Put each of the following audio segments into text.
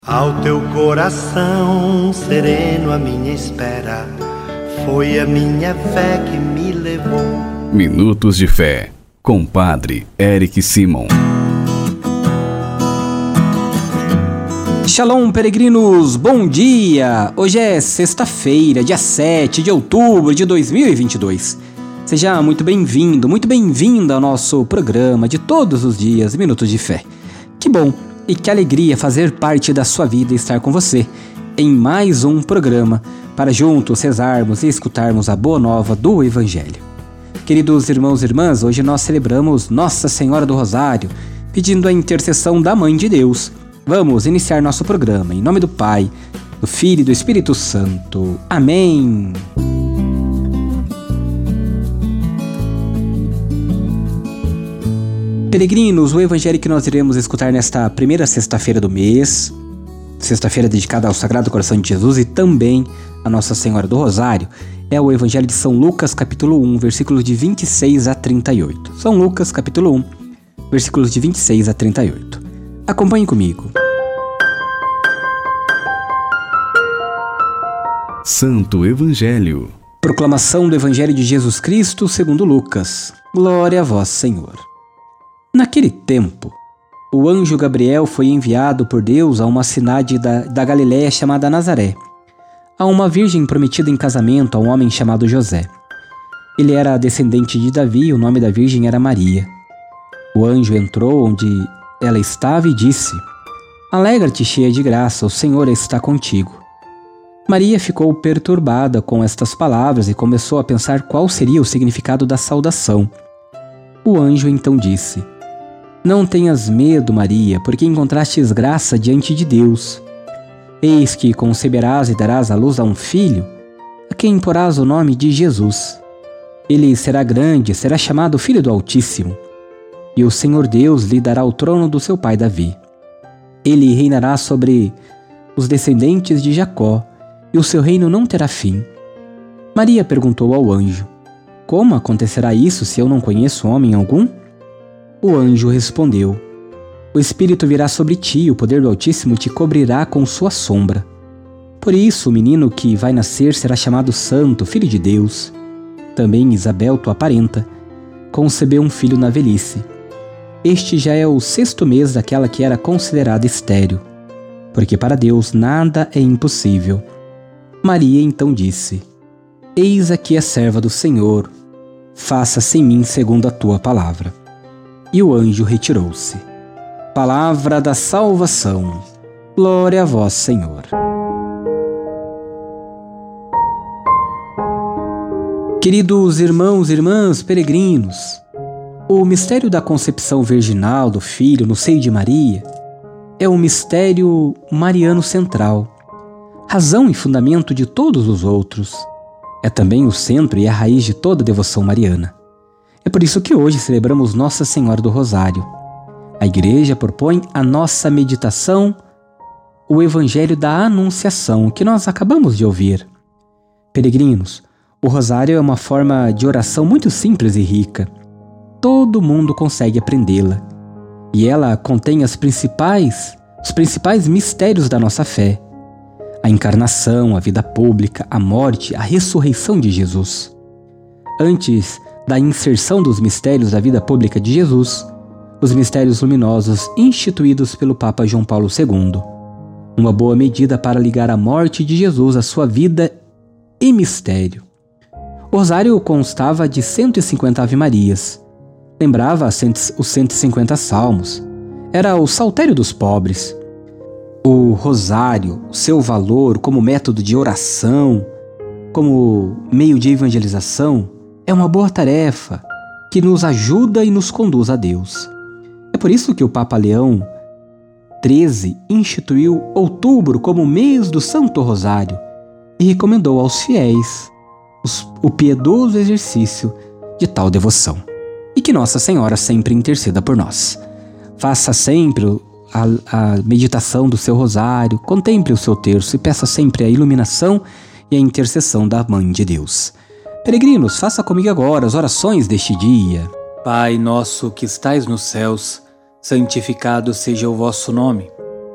Ao teu coração sereno a minha espera, foi a minha fé que me levou. Minutos de Fé, com Padre Eric Simon. Shalom, peregrinos, bom dia! Hoje é sexta-feira, dia 7 de outubro de 2022. Seja muito bem-vindo, muito bem-vinda ao nosso programa de todos os dias, Minutos de Fé. Que bom e que alegria fazer parte da sua vida e estar com você em mais um programa para juntos rezarmos e escutarmos a boa nova do Evangelho. Queridos irmãos e irmãs, hoje nós celebramos Nossa Senhora do Rosário, pedindo a intercessão da Mãe de Deus. Vamos iniciar nosso programa em nome do Pai, do Filho e do Espírito Santo. Amém! Peregrinos, o Evangelho que nós iremos escutar nesta primeira sexta-feira do mês, sexta-feira dedicada ao Sagrado Coração de Jesus e também a Nossa Senhora do Rosário, é o Evangelho de São Lucas, capítulo 1, versículos de 26 a 38. São Lucas, capítulo 1, versículos de 26 a 38. Acompanhe comigo. Santo Evangelho. Proclamação do Evangelho de Jesus Cristo segundo Lucas. Glória a vós, Senhor. Naquele tempo, o anjo Gabriel foi enviado por Deus a uma cidade da Galiléia chamada Nazaré, a uma virgem prometida em casamento a um homem chamado José. Ele era descendente de Davi e o nome da virgem era Maria. O anjo entrou onde ela estava e disse: "Alegra-te, cheia de graça, o Senhor está contigo." Maria ficou perturbada com estas palavras e começou a pensar qual seria o significado da saudação. O anjo então disse: "Não tenhas medo, Maria, porque encontrastes graça diante de Deus. Eis que conceberás e darás à luz a um filho, a quem porás o nome de Jesus. Ele será grande, será chamado Filho do Altíssimo, e o Senhor Deus lhe dará o trono do seu pai Davi. Ele reinará sobre os descendentes de Jacó, e o seu reino não terá fim." Maria perguntou ao anjo: "Como acontecerá isso se eu não conheço homem algum?" O anjo respondeu: "O Espírito virá sobre ti e o poder do Altíssimo te cobrirá com sua sombra. Por isso o menino que vai nascer será chamado Santo, Filho de Deus. Também Isabel, tua parenta, concebeu um filho na velhice. Este já é o 6º mês daquela que era considerada estéril, porque para Deus nada é impossível." Maria então disse: "Eis aqui a serva do Senhor, faça-se em mim segundo a tua palavra." E o anjo retirou-se. Palavra da salvação. Glória a vós, Senhor. Queridos irmãos e irmãs peregrinos, o mistério da concepção virginal do Filho no seio de Maria é um mistério mariano central, razão e fundamento de todos os outros. É também o centro e a raiz de toda a devoção mariana. É por isso que hoje celebramos Nossa Senhora do Rosário. A Igreja propõe a nossa meditação, o Evangelho da Anunciação, que nós acabamos de ouvir. Peregrinos, o Rosário é uma forma de oração muito simples e rica. Todo mundo consegue aprendê-la. E ela contém os principais mistérios da nossa fé: a encarnação, a vida pública, a morte, a ressurreição de Jesus. Antes da inserção dos mistérios da vida pública de Jesus, os mistérios luminosos instituídos pelo Papa João Paulo II, uma boa medida para ligar a morte de Jesus à sua vida e mistério. O rosário constava de 150 ave-marias, lembrava os 150 salmos, era o saltério dos pobres. O rosário, seu valor como método de oração, como meio de evangelização, é uma boa tarefa que nos ajuda e nos conduz a Deus. É por isso que o Papa Leão XIII instituiu outubro como mês do Santo Rosário e recomendou aos fiéis o piedoso exercício de tal devoção. E que Nossa Senhora sempre interceda por nós. Faça sempre a meditação do seu rosário, contemple o seu terço e peça sempre a iluminação e a intercessão da Mãe de Deus. Peregrinos, faça comigo agora as orações deste dia. Pai nosso que estais nos céus, santificado seja o vosso nome.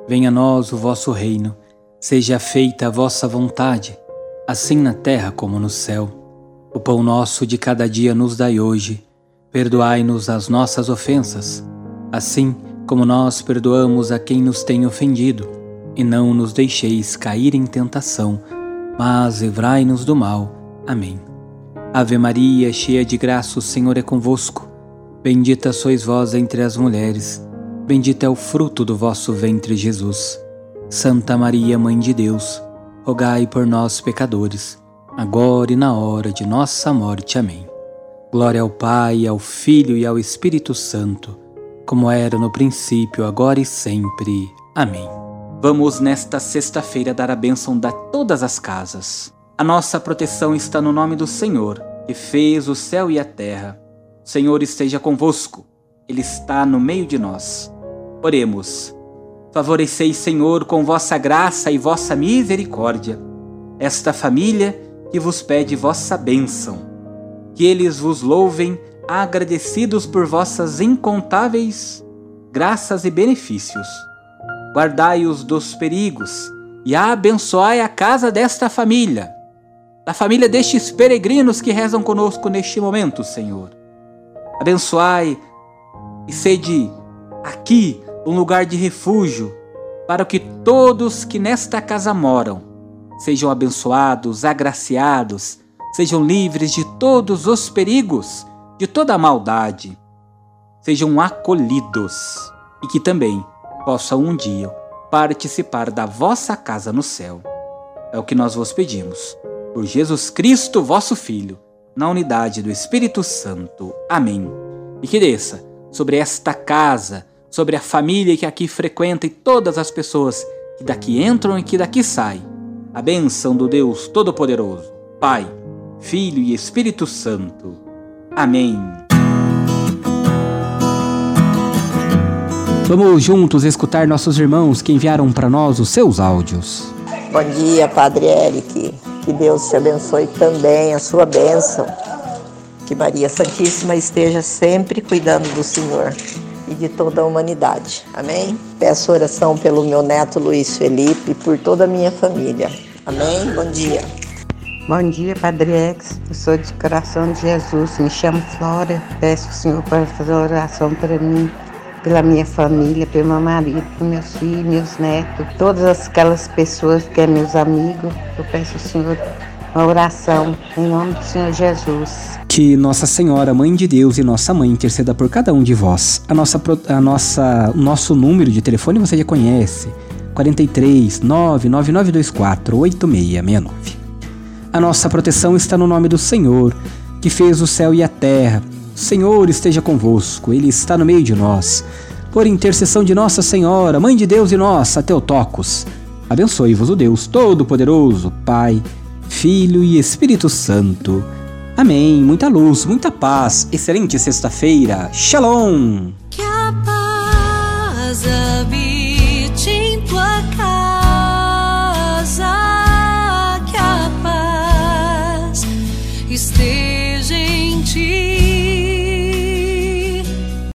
Venha a nós o vosso reino, seja feita a vossa vontade, assim na terra como no céu. O pão nosso de cada dia nos dai hoje. Perdoai-nos as nossas ofensas, assim como nós perdoamos a quem nos tem ofendido. E não nos deixeis cair em tentação, mas livrai-nos do mal. Amém. Ave Maria, cheia de graça, o Senhor é convosco. Bendita sois vós entre as mulheres, bendito é o fruto do vosso ventre, Jesus. Santa Maria, Mãe de Deus, rogai por nós, pecadores, agora e na hora de nossa morte. Amém. Glória ao Pai, ao Filho e ao Espírito Santo, como era no princípio, agora e sempre. Amém. Vamos nesta sexta-feira dar a bênção a todas as casas. A nossa proteção está no nome do Senhor, que fez o céu e a terra. O Senhor esteja convosco, Ele está no meio de nós. Oremos. Favoreceis, Senhor, com vossa graça e vossa misericórdia, esta família que vos pede vossa bênção. Que eles vos louvem, agradecidos por vossas incontáveis graças e benefícios. Guardai-os dos perigos e abençoai a casa desta família, da família destes peregrinos que rezam conosco neste momento, Senhor. Abençoai e sede aqui um lugar de refúgio para que todos que nesta casa moram sejam abençoados, agraciados, sejam livres de todos os perigos, de toda a maldade, sejam acolhidos e que também possam um dia participar da vossa casa no céu. É o que nós vos pedimos. Por Jesus Cristo, vosso Filho, na unidade do Espírito Santo. Amém. E que desça sobre esta casa, sobre a família que aqui frequenta e todas as pessoas que daqui entram e que daqui saem, a bênção do Deus Todo-Poderoso, Pai, Filho e Espírito Santo. Amém. Vamos juntos escutar nossos irmãos que enviaram para nós os seus áudios. Bom dia, Padre Eric. Que Deus te abençoe também, a sua bênção. Que Maria Santíssima esteja sempre cuidando do Senhor e de toda a humanidade. Amém? Peço oração pelo meu neto Luiz Felipe e por toda a minha família. Amém? Bom dia. Bom dia, Padre Ex. Eu sou de Coração de Jesus. Me chamo Flora. Peço ao Senhor para fazer oração para mim, pela minha família, pelo meu marido, pelos meus filhos, meus netos, todas aquelas pessoas que são meus amigos. Eu peço ao Senhor uma oração em nome do Senhor Jesus. Que Nossa Senhora, Mãe de Deus e Nossa Mãe interceda por cada um de vós. O nosso número de telefone você já conhece, 43 99924 8669. A nossa proteção está no nome do Senhor, que fez o céu e a terra. O Senhor esteja convosco, Ele está no meio de nós. Por intercessão de Nossa Senhora, Mãe de Deus e nossa Teotocos, abençoe-vos o Deus Todo-Poderoso, Pai, Filho e Espírito Santo. Amém. Muita luz, muita paz. Excelente sexta-feira. Shalom. Que a paz